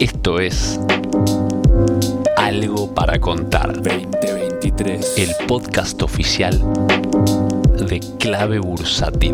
Esto es Algo para Contar 2023, el podcast oficial de Clave Bursátil.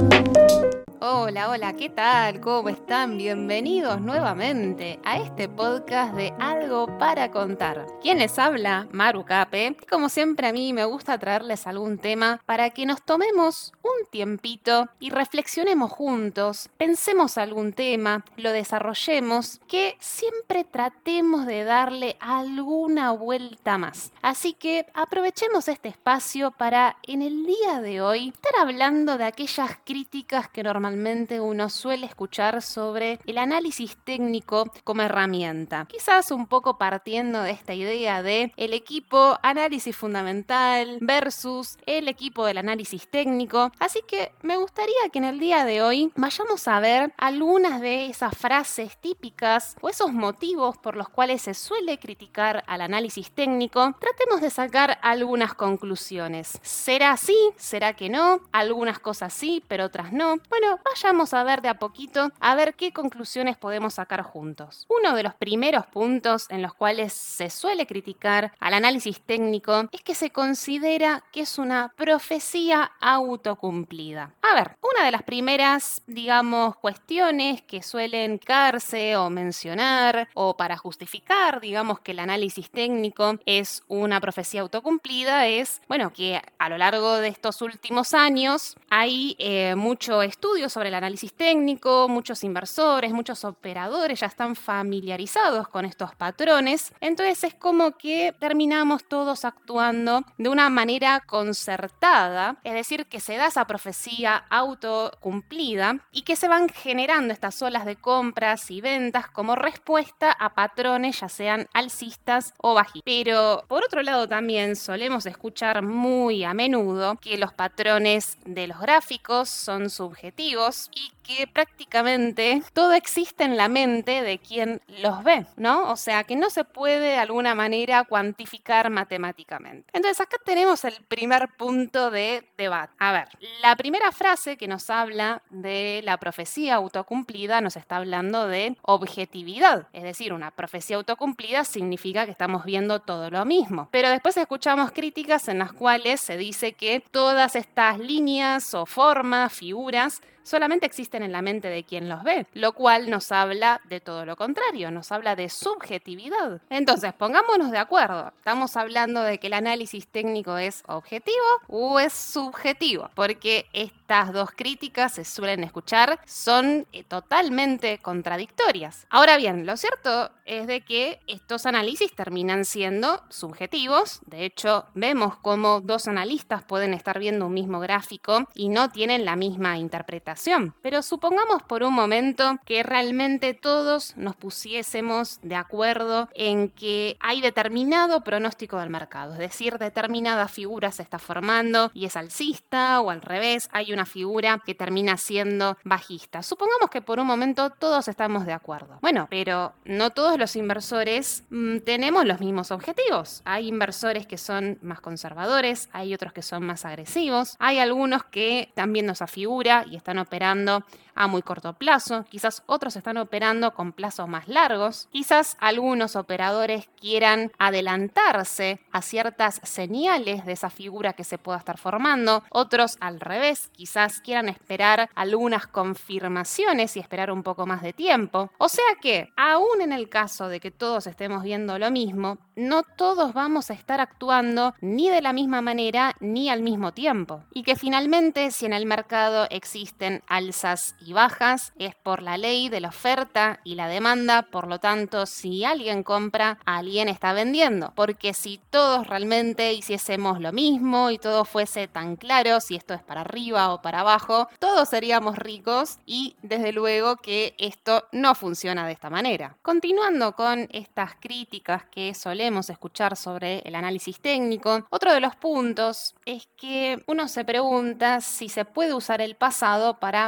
Hola, ¿qué tal? ¿Cómo están? Bienvenidos nuevamente a este podcast de Algo para Contar. ¿Quién les habla? Maru Cape. Como siempre a mí me gusta traerles algún tema para que nos tomemos un tiempito y reflexionemos juntos, pensemos algún tema, lo desarrollemos, que siempre tratemos de darle alguna vuelta más. Así que aprovechemos este espacio para en el día de hoy estar hablando de aquellas críticas que normalmente uno suele escuchar sobre el análisis técnico como herramienta. Quizás un poco partiendo de esta idea de el equipo análisis fundamental versus el equipo del análisis técnico. Así que me gustaría que en el día de hoy vayamos a ver algunas de esas frases típicas o esos motivos por los cuales se suele criticar al análisis técnico. Tratemos de sacar algunas conclusiones. ¿Será así? ¿Será que no? Algunas cosas sí, pero otras no. Bueno, vayamos a ver de a poquito, a ver qué conclusiones podemos sacar juntos. Uno de los primeros puntos en los cuales se suele criticar al análisis técnico es que se considera que es una profecía autocumplida. A ver, una de las primeras, cuestiones que suelen darse o mencionar o para justificar, que el análisis técnico es una profecía autocumplida es, que a lo largo de estos últimos años hay mucho estudio sobre el análisis técnico, muchos inversores, muchos operadores ya están familiarizados con estos patrones, entonces es como que terminamos todos actuando de una manera concertada, es decir, que se da esa profecía autocumplida y que se van generando estas olas de compras y ventas como respuesta a patrones ya sean alcistas o bajistas. Pero por otro lado también solemos escuchar muy a menudo que los patrones de los gráficos son subjetivos y que prácticamente todo existe en la mente de quien los ve, ¿no? O sea, que no se puede de alguna manera cuantificar matemáticamente. Entonces acá tenemos el primer punto de debate. A ver, la primera frase que nos habla de la profecía autocumplida nos está hablando de objetividad. Es decir, una profecía autocumplida significa que estamos viendo todo lo mismo. Pero después escuchamos críticas en las cuales se dice que todas estas líneas o formas, figuras, solamente existen en la mente de quien los ve, lo cual nos habla de todo lo contrario, nos habla de subjetividad. Entonces, pongámonos de acuerdo, ¿estamos hablando de que el análisis técnico es objetivo o es subjetivo? Porque estas dos críticas se suelen escuchar, son totalmente contradictorias. Ahora bien, lo cierto es de que estos análisis terminan siendo subjetivos. De hecho, vemos cómo dos analistas pueden estar viendo un mismo gráfico y no tienen la misma interpretación. Pero supongamos por un momento que realmente todos nos pusiésemos de acuerdo en que hay determinado pronóstico del mercado, es decir, determinada figura se está formando y es alcista o al revés, hay una figura que termina siendo bajista. Supongamos que por un momento todos estamos de acuerdo. Bueno, pero no todos los inversores tenemos los mismos objetivos. Hay inversores que son más conservadores, hay otros que son más agresivos, hay algunos que están viendo esa figura y están operando a muy corto plazo, quizás otros están operando con plazos más largos, quizás algunos operadores quieran adelantarse a ciertas señales de esa figura que se pueda estar formando, otros al revés, quizás quieran esperar algunas confirmaciones y esperar un poco más de tiempo. O sea que, aún en el caso de que todos estemos viendo lo mismo, no todos vamos a estar actuando ni de la misma manera ni al mismo tiempo. Y que finalmente, si en el mercado existen alzas y bajas, es por la ley de la oferta y la demanda, por lo tanto, si alguien compra, alguien está vendiendo. Porque si todos realmente hiciésemos lo mismo y todo fuese tan claro, si esto es para arriba o para abajo, todos seríamos ricos y desde luego que esto no funciona de esta manera. Continuando con estas críticas que solemos escuchar sobre el análisis técnico, otro de los puntos es que uno se pregunta si se puede usar el pasado para predecir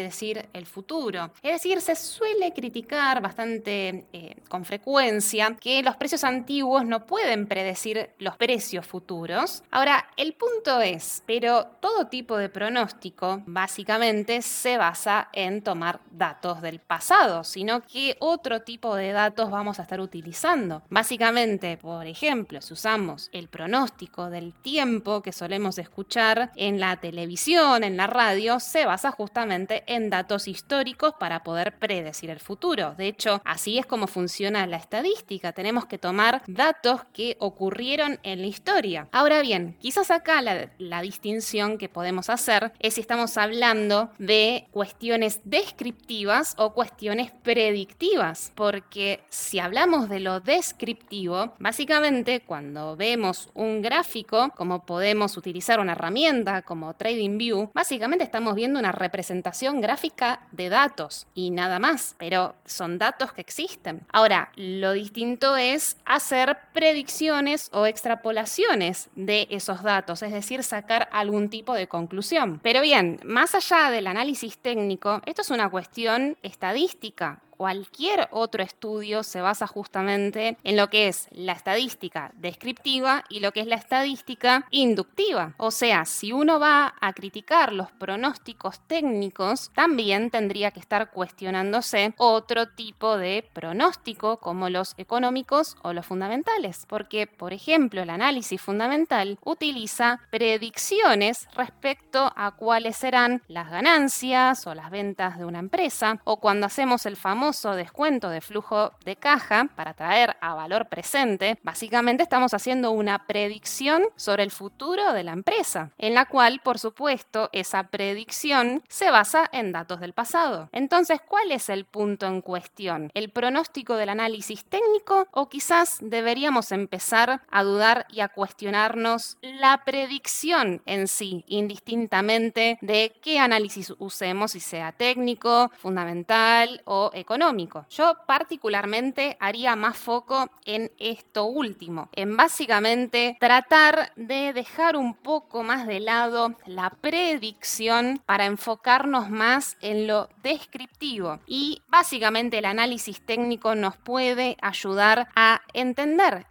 predecir el futuro. Es decir, se suele criticar bastante con frecuencia que los precios antiguos no pueden predecir los precios futuros. Ahora, el punto es, pero todo tipo de pronóstico básicamente se basa en tomar datos del pasado, sino que otro tipo de datos vamos a estar utilizando. Básicamente, por ejemplo, si usamos el pronóstico del tiempo que solemos escuchar en la televisión, en la radio, se basa justamente en datos históricos para poder predecir el futuro. De hecho, así es como funciona la estadística. Tenemos que tomar datos que ocurrieron en la historia. Ahora bien, quizás acá la distinción que podemos hacer es si estamos hablando de cuestiones descriptivas o cuestiones predictivas, porque si hablamos de lo descriptivo, básicamente cuando vemos un gráfico, como podemos utilizar una herramienta como TradingView, básicamente estamos viendo una representación gráfica de datos y nada más, pero son datos que existen. Ahora, lo distinto es hacer predicciones o extrapolaciones de esos datos, es decir, sacar algún tipo de conclusión. Pero bien, más allá del análisis técnico, esto es una cuestión estadística. Cualquier otro estudio se basa justamente en lo que es la estadística descriptiva y lo que es la estadística inductiva. O sea, si uno va a criticar los pronósticos técnicos, también tendría que estar cuestionándose otro tipo de pronóstico, como los económicos o los fundamentales. Porque, por ejemplo, el análisis fundamental utiliza predicciones respecto a cuáles serán las ganancias o las ventas de una empresa, o cuando hacemos el famoso descuento de flujo de caja para traer a valor presente, básicamente estamos haciendo una predicción sobre el futuro de la empresa, en la cual, por supuesto, esa predicción se basa en datos del pasado. Entonces, ¿cuál es el punto en cuestión? ¿El pronóstico del análisis técnico o quizás deberíamos empezar a dudar y a cuestionarnos la predicción en sí, indistintamente de qué análisis usemos, si sea técnico, fundamental o económico? Yo particularmente haría más foco en esto último, en básicamente tratar de dejar un poco más de lado la predicción para enfocarnos más en lo descriptivo, y básicamente el análisis técnico nos puede ayudar a entender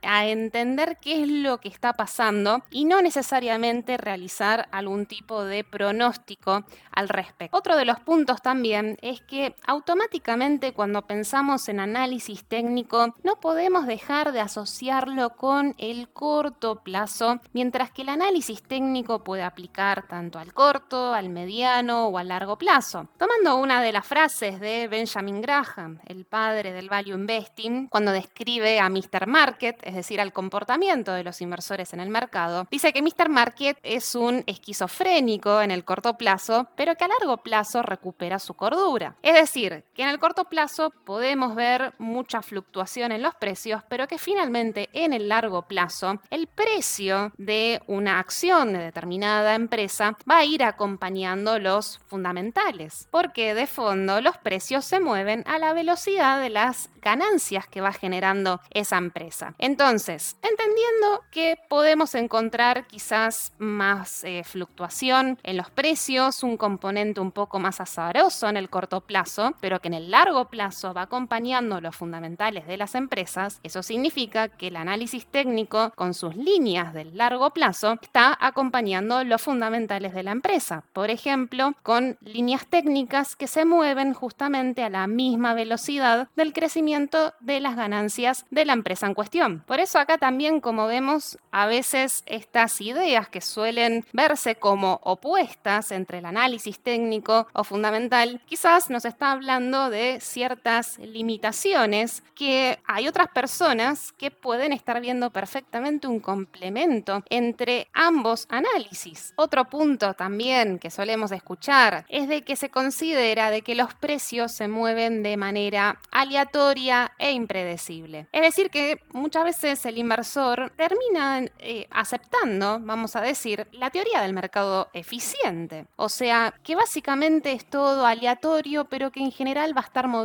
qué es lo que está pasando y no necesariamente realizar algún tipo de pronóstico al respecto. Otro de los puntos también es que automáticamente cuando pensamos en análisis técnico no podemos dejar de asociarlo con el corto plazo, mientras que el análisis técnico puede aplicar tanto al corto, al mediano o al largo plazo. Tomando una de las frases de Benjamin Graham, el padre del Value Investing, cuando describe a Mr. Market, es decir, al comportamiento de los inversores en el mercado, dice que Mr. Market es un esquizofrénico en el corto plazo, pero que a largo plazo recupera su cordura. Es decir, que en el corto plazo podemos ver mucha fluctuación en los precios, pero que finalmente en el largo plazo el precio de una acción de determinada empresa va a ir acompañando los fundamentales, porque de fondo los precios se mueven a la velocidad de las ganancias que va generando esa empresa. Entonces, entendiendo que podemos encontrar quizás más fluctuación en los precios, un componente un poco más azaroso en el corto plazo, pero que en el largo plazo va acompañando los fundamentales de las empresas, eso significa que el análisis técnico con sus líneas del largo plazo está acompañando los fundamentales de la empresa. Por ejemplo, con líneas técnicas que se mueven justamente a la misma velocidad del crecimiento de las ganancias de la empresa en cuestión. Por eso acá también, como vemos, a veces estas ideas que suelen verse como opuestas entre el análisis técnico o fundamental, quizás nos está hablando de ciertas limitaciones que hay otras personas que pueden estar viendo perfectamente un complemento entre ambos análisis. Otro punto también que solemos escuchar es de que se considera de que los precios se mueven de manera aleatoria e impredecible. Es decir, que muchas veces el inversor termina aceptando, vamos a decir, la teoría del mercado eficiente. O sea, que básicamente es todo aleatorio, pero que en general va a estar moviendo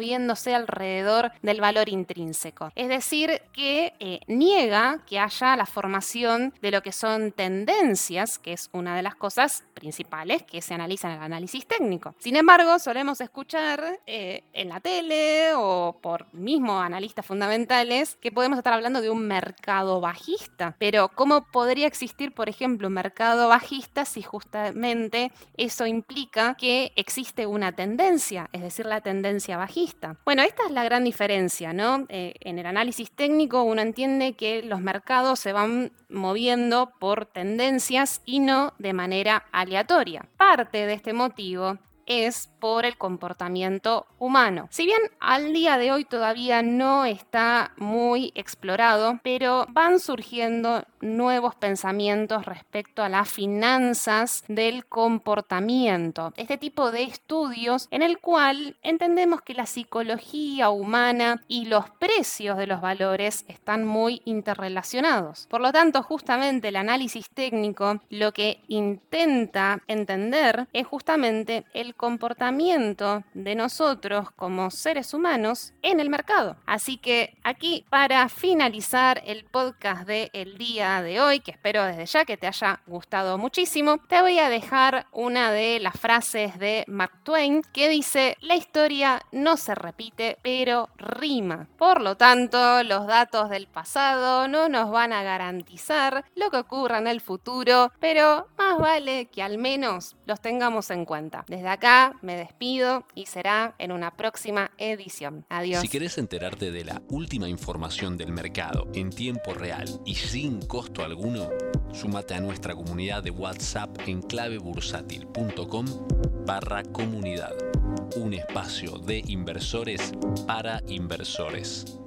moviéndose alrededor del valor intrínseco. Es decir, que niega que haya la formación de lo que son tendencias, que es una de las cosas principales que se analizan en el análisis técnico. Sin embargo, solemos escuchar en la tele o por mismo analistas fundamentales que podemos estar hablando de un mercado bajista. Pero ¿cómo podría existir, por ejemplo, un mercado bajista si justamente eso implica que existe una tendencia, es decir, la tendencia bajista? Bueno, esta es la gran diferencia, ¿no? En el análisis técnico uno entiende que los mercados se van moviendo por tendencias y no de manera aleatoria. Parte de este motivo es por el comportamiento humano. Si bien al día de hoy todavía no está muy explorado, pero van surgiendo nuevos pensamientos respecto a las finanzas del comportamiento. Este tipo de estudios en el cual entendemos que la psicología humana y los precios de los valores están muy interrelacionados. Por lo tanto, justamente el análisis técnico lo que intenta entender es justamente el comportamiento de nosotros como seres humanos en el mercado. Así que aquí, para finalizar el podcast del día de hoy, que espero desde ya que te haya gustado muchísimo, te voy a dejar una de las frases de Mark Twain que dice: la historia no se repite, pero rima. Por lo tanto, los datos del pasado no nos van a garantizar lo que ocurra en el futuro, pero más vale que al menos los tengamos en cuenta. Desde acá me despido y será en una próxima edición. Adiós. Si querés enterarte de la última información del mercado en tiempo real y sin costo alguno, súmate a nuestra comunidad de WhatsApp en clavebursátil.com/comunidad. Un espacio de inversores para inversores.